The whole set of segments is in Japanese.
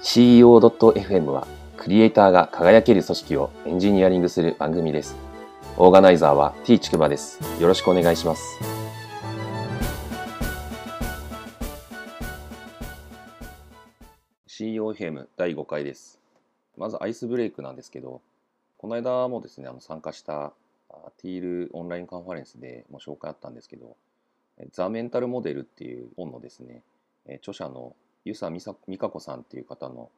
CEO.fm はクリエイターが輝ける組織をエンジニアリングする番組です。オーガナイザーは T ちくばです。よろしくお願いします。CEO.fm 第5回です。まずアイスブレイクなんですけど、この間もですね、参加したティールオンラインカンファレンスでも紹介あったんですけど、ザ・メンタルモデルっていう本のですね、著者の遊佐美香子さんっていう方の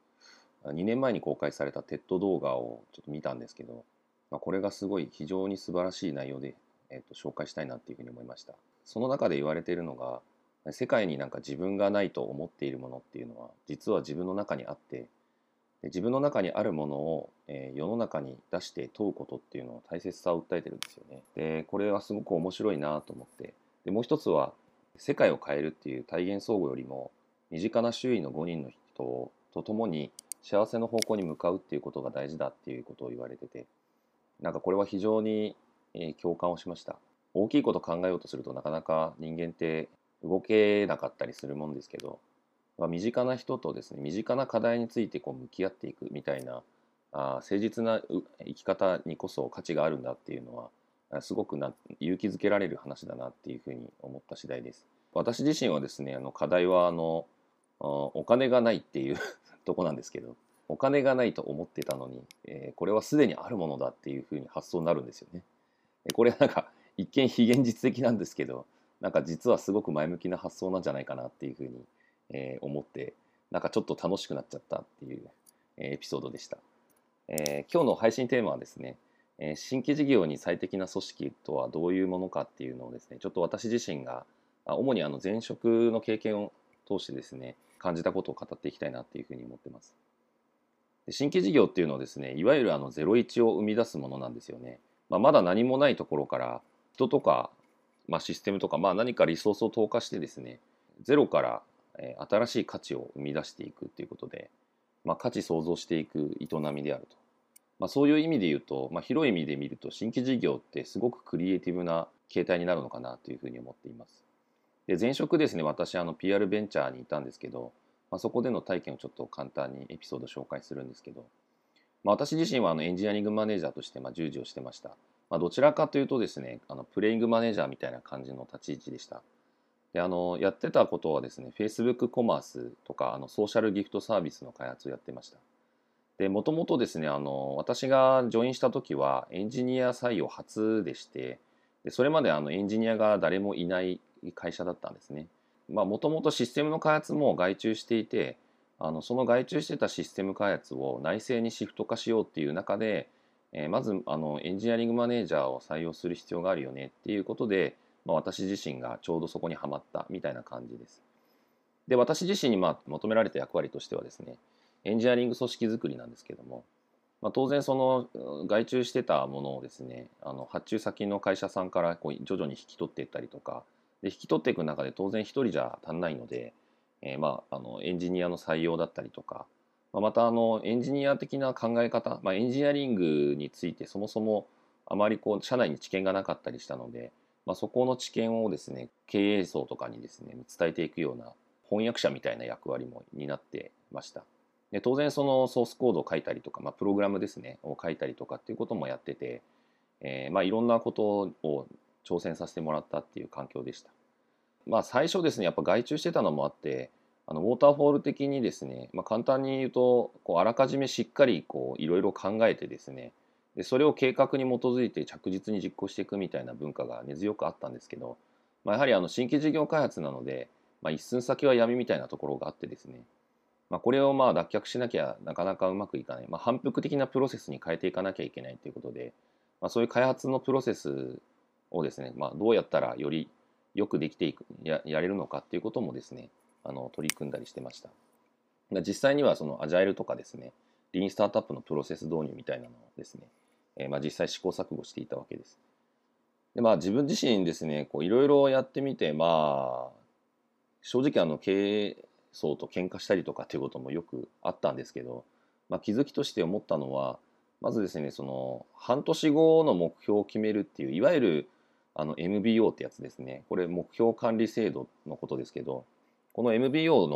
2年前に公開された TED 動画をちょっと見たんですけど、これがすごい非常に素晴らしい内容で、紹介したいなっていうふうに思いました。その中で言われているのが、世界になんか自分がないと思っているものっていうのは実は自分の中にあって、自分の中にあるものを、世の中に出して問うことっていうのを大切さを訴えてるんですよね。でこれはすごく面白いなと思って、でもう一つは世界を変えるっていう体現相互よりも身近な周囲の5人の人と共に幸せの方向に向かうっていうことが大事だっていうことを言われてて、なんかこれは非常に共感をしました。大きいこと考えようとするとなかなか人間って動けなかったりするもんですけど、身近な人とですね、身近な課題についてこう向き合っていくみたいな誠実な生き方にこそ価値があるんだっていうのはすごく勇気づけられる話だなっていうふうに思った次第です。私自身はですね、課題はお金がないっていうとこなんですけど、お金がないと思ってたのに、これはすでにあるものだっていうふうに発想になるんですよね。これはなんか一見非現実的なんですけど、なんか実はすごく前向きな発想なんじゃないかなっていうふうに、思って、なんかちょっと楽しくなっちゃったっていう、エピソードでした。今日の配信テーマはですね、新規事業に最適な組織とはどういうものかっていうのをですね、ちょっと私自身が主に前職の経験を通してですね、感じたことを語っていきたいなっていうふうに思ってます。で新規事業っていうのはですね、いわゆる01を生み出すものなんですよね。まだ何もないところから人とか、システムとか、何かリソースを投下してですね、ゼロから、新しい価値を生み出していくっていうことで、価値創造していく営みであると。そういう意味で言うと、広い意味で見ると新規事業ってすごくクリエイティブな形態になるのかなというふうに思っています。で前職ですね、私PR ベンチャーにいたんですけど、そこでの体験をちょっと簡単にエピソード紹介するんですけど、私自身はエンジニアリングマネージャーとして従事をしてました。どちらかというとですね、プレイングマネージャーみたいな感じの立ち位置でした。でやってたことはですね、Facebook コマースとかソーシャルギフトサービスの開発をやってました。でもともとですね、私がジョインした時はエンジニア採用初でして、でそれまでエンジニアが誰もいない会社だったんですね。もともとシステムの開発も外注していて、その外注してたシステム開発を内製にシフト化しようっていう中で、まずエンジニアリングマネージャーを採用する必要があるよねっていうことで、私自身がちょうどそこにはまったみたいな感じです。で私自身に求められた役割としてはですね、エンジニアリング組織づくりなんですけども、当然その外注してたものをですね、発注先の会社さんからこう徐々に引き取っていったりとかで、引き取っていく中で当然一人じゃ足んないので、エンジニアの採用だったりとか、またエンジニア的な考え方、エンジニアリングについてそもそもあまり社内に知見がなかったりしたので、そこの知見をですね、経営層とかにですね伝えていくような翻訳者みたいな役割も担ってました。で当然そのソースコードを書いたりとか、プログラムですねを書いたりとかっていうこともやってて、いろんなことを挑戦させてもらったっていう環境でした。最初ですね、やっぱ外注してたのもあって、ウォーターフォール的にですね、簡単に言うとあらかじめしっかりいろいろ考えてですね、でそれを計画に基づいて着実に実行していくみたいな文化が根強くあったんですけど、やはり新規事業開発なので、一寸先は闇みたいなところがあってですね、これを脱却しなきゃなかなかうまくいかない、反復的なプロセスに変えていかなきゃいけないということで、そういう開発のプロセスをですね、どうやったらよりよくできていくやれるのかっていうこともですね、取り組んだりしてました。実際にはそのアジャイルとかですね、リーンスタートアップのプロセス導入みたいなのをですね、実際試行錯誤していたわけです。で自分自身ですね、いろいろやってみて、正直経営層と喧嘩したりとかっていうこともよくあったんですけど、気づきとして思ったのは、まずですね、その半年後の目標を決めるっていう、いわゆるMBO ってやつですね。これ目標管理制度のことですけど、この MBO の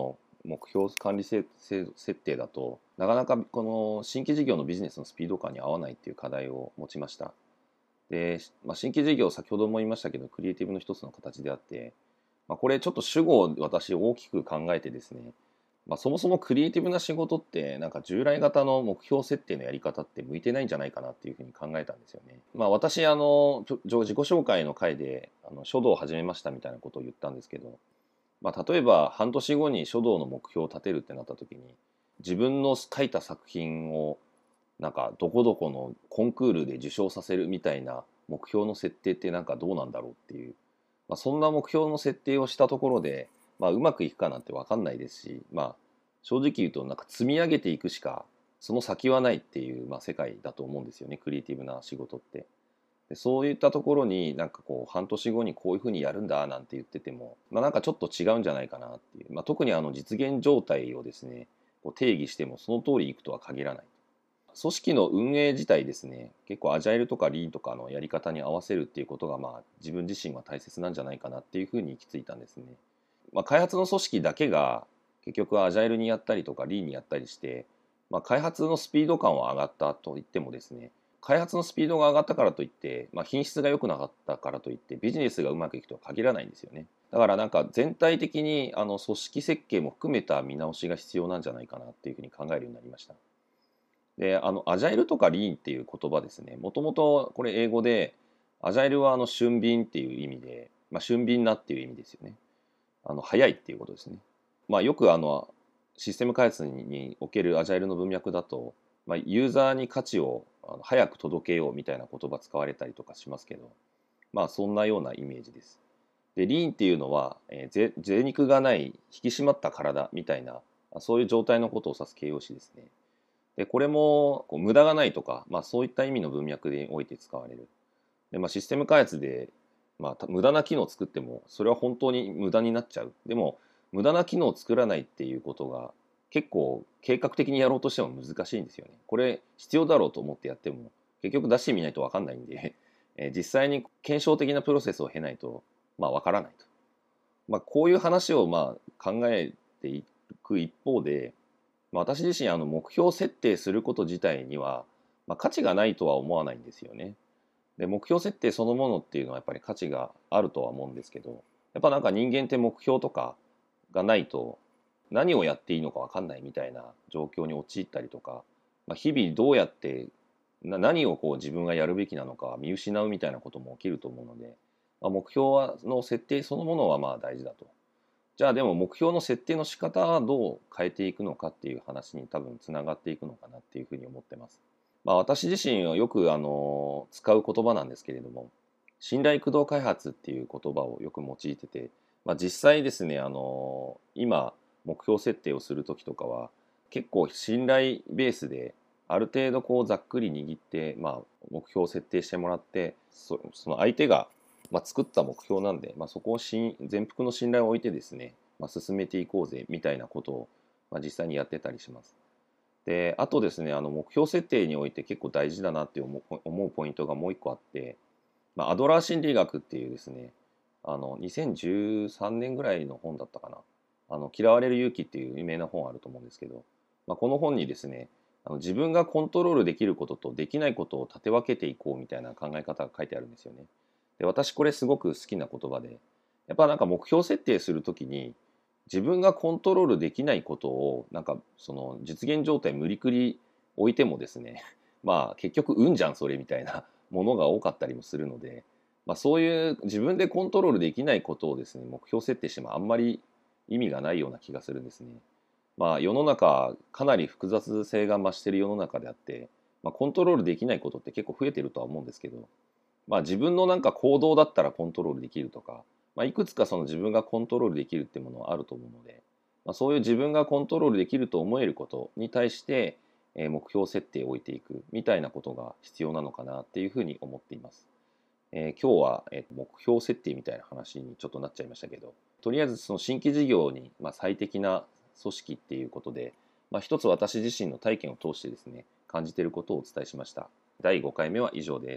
目標管理設定だとなかなかこの新規事業のビジネスのスピード感に合わないっていう課題を持ちました。で、新規事業、先ほども言いましたけどクリエイティブの一つの形であって、これちょっと主語を私大きく考えてですね、そもそもクリエイティブな仕事ってなんか従来型の目標設定のやり方って向いてないんじゃないかなっていうふうに考えたんですよね。私自己紹介の回で書道を始めましたみたいなことを言ったんですけど、例えば半年後に書道の目標を立てるってなった時に自分の書いた作品をなんかどこどこのコンクールで受賞させるみたいな目標の設定ってなんかどうなんだろうっていう、そんな目標の設定をしたところで、うまくいくかなんて分かんないですし、正直言うとなんか積み上げていくしかその先はないっていう、世界だと思うんですよね、クリエイティブな仕事って。でそういったところになんかこう半年後にこういうふうにやるんだなんて言ってても、なんかちょっと違うんじゃないかなっていう、特に実現状態をですねこう定義してもその通りいくとは限らない。組織の運営自体ですね、結構アジャイルとかリーンとかのやり方に合わせるっていうことが自分自身は大切なんじゃないかなっていうふうに行き着いたんですね。開発の組織だけが結局アジャイルにやったりとかリーンにやったりして、開発のスピード感は上がったと言ってもですね、開発のスピードが上がったからといって、品質が良くなかったからといってビジネスがうまくいくとは限らないんですよね。だからなんか全体的に組織設計も含めた見直しが必要なんじゃないかなっていうふうに考えるようになりました。で、アジャイルとかリーンっていう言葉ですね。もともとこれ英語で、アジャイルは俊敏っていう意味で、俊敏なっていう意味ですよね。早いっていうことですね。よくシステム開発におけるアジャイルの文脈だと、ユーザーに価値を早く届けようみたいな言葉使われたりとかしますけど、そんなようなイメージです。で、リーンっていうのは、贅肉がない引き締まった体みたいな、そういう状態のことを指す形容詞ですね。で、これもこう無駄がないとか、そういった意味の文脈において使われる。で、システム開発で、無駄な機能を作っても、それは本当に無駄になっちゃう。でも、無駄な機能を作らないっていうことが、結構計画的にやろうとしても難しいんですよね。これ必要だろうと思ってやっても、結局出してみないと分かんないんで、実際に検証的なプロセスを経ないと、分からないと。こういう話を考えていく一方で、私自身目標設定すること自体には、価値がないとは思わないんですよね。で、目標設定そのものっていうのはやっぱり価値があるとは思うんですけど、やっぱなんか人間って目標とかがないと何をやっていいのか分かんないみたいな状況に陥ったりとか、日々どうやって何をこう自分がやるべきなのか見失うみたいなことも起きると思うので、目標の設定そのものは大事だと。じゃあでも目標の設定の仕方はどう変えていくのかっていう話に多分つながっていくのかなっていうふうに思ってます。私自身はよく使う言葉なんですけれども、信頼駆動開発っていう言葉をよく用いてて、実際ですね今目標設定をする時とかは結構信頼ベースである程度こうざっくり握って、目標を設定してもらって、その相手が作った目標なんで、そこを全幅の信頼を置いてですね、進めていこうぜみたいなことを、実際にやってたりします。で、あとですね、目標設定において結構大事だなって思うポイントがもう一個あって、アドラー心理学っていうですね、2013年ぐらいの本だったかな。嫌われる勇気っていう有名な本あると思うんですけど、この本にですね、自分がコントロールできることとできないことを立て分けていこうみたいな考え方が書いてあるんですよね。で、私これすごく好きな言葉で、やっぱなんか目標設定するときに自分がコントロールできないことをなんかその実現状態無理くり置いてもですね、結局運じゃんそれみたいなものが多かったりもするので、そういう自分でコントロールできないことをですね目標設定してもあんまり意味がないような気がするんですね。世の中かなり複雑性が増している世の中であって、コントロールできないことって結構増えてるとは思うんですけど、自分のなんか行動だったらコントロールできるとか、いくつかその自分がコントロールできるっていうものはあると思うので、そういう自分がコントロールできると思えることに対して、目標設定を置いていくみたいなことが必要なのかなっていうふうに思っています。今日は、目標設定みたいな話にちょっとなっちゃいましたけど、とりあえずその新規事業に、最適な組織っていうことで、一つ私自身の体験を通してですね感じていることをお伝えしました。第5回目は以上です。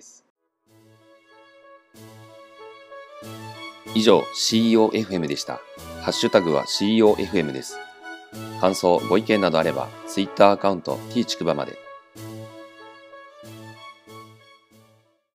以上 CEOFM でした。ハッシュタグは CEOFM です。 感想、ご意見などあれば、Twitter アカウント t ちくばまで